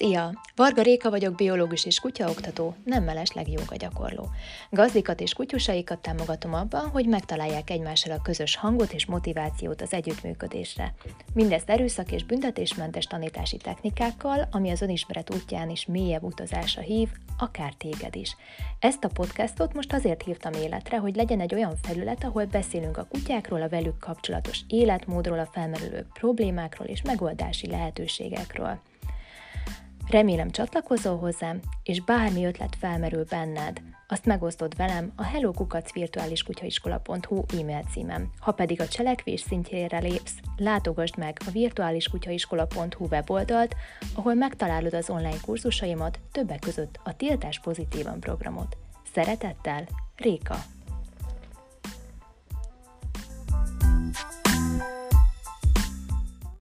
Szia! Varga Réka vagyok, biológus és kutyaoktató, nem mellesleg jógagyakorló. Gazdikat és kutyusaikat támogatom abban, hogy megtalálják egymással a közös hangot és motivációt az együttműködésre. Mindezt erőszak és büntetésmentes tanítási technikákkal, ami az önismeret útján is mélyebb utazásra hív, akár téged is. Ezt a podcastot most azért hívtam életre, hogy legyen egy olyan felület, ahol beszélünk a kutyákról, a velük kapcsolatos életmódról, a felmerülő problémákról és megoldási lehetőségekről. Remélem csatlakozol hozzám, és bármi ötlet felmerül benned, azt megosztod velem a hello@virtualiskutyaskola.hu e-mail címem. Ha pedig a cselekvés szintjére lépsz, látogasd meg a virtualiskutyaskola.hu weboldalt, ahol megtalálod az online kurzusaimat, többek között a Tiltás Pozitívan programot. Szeretettel, Réka!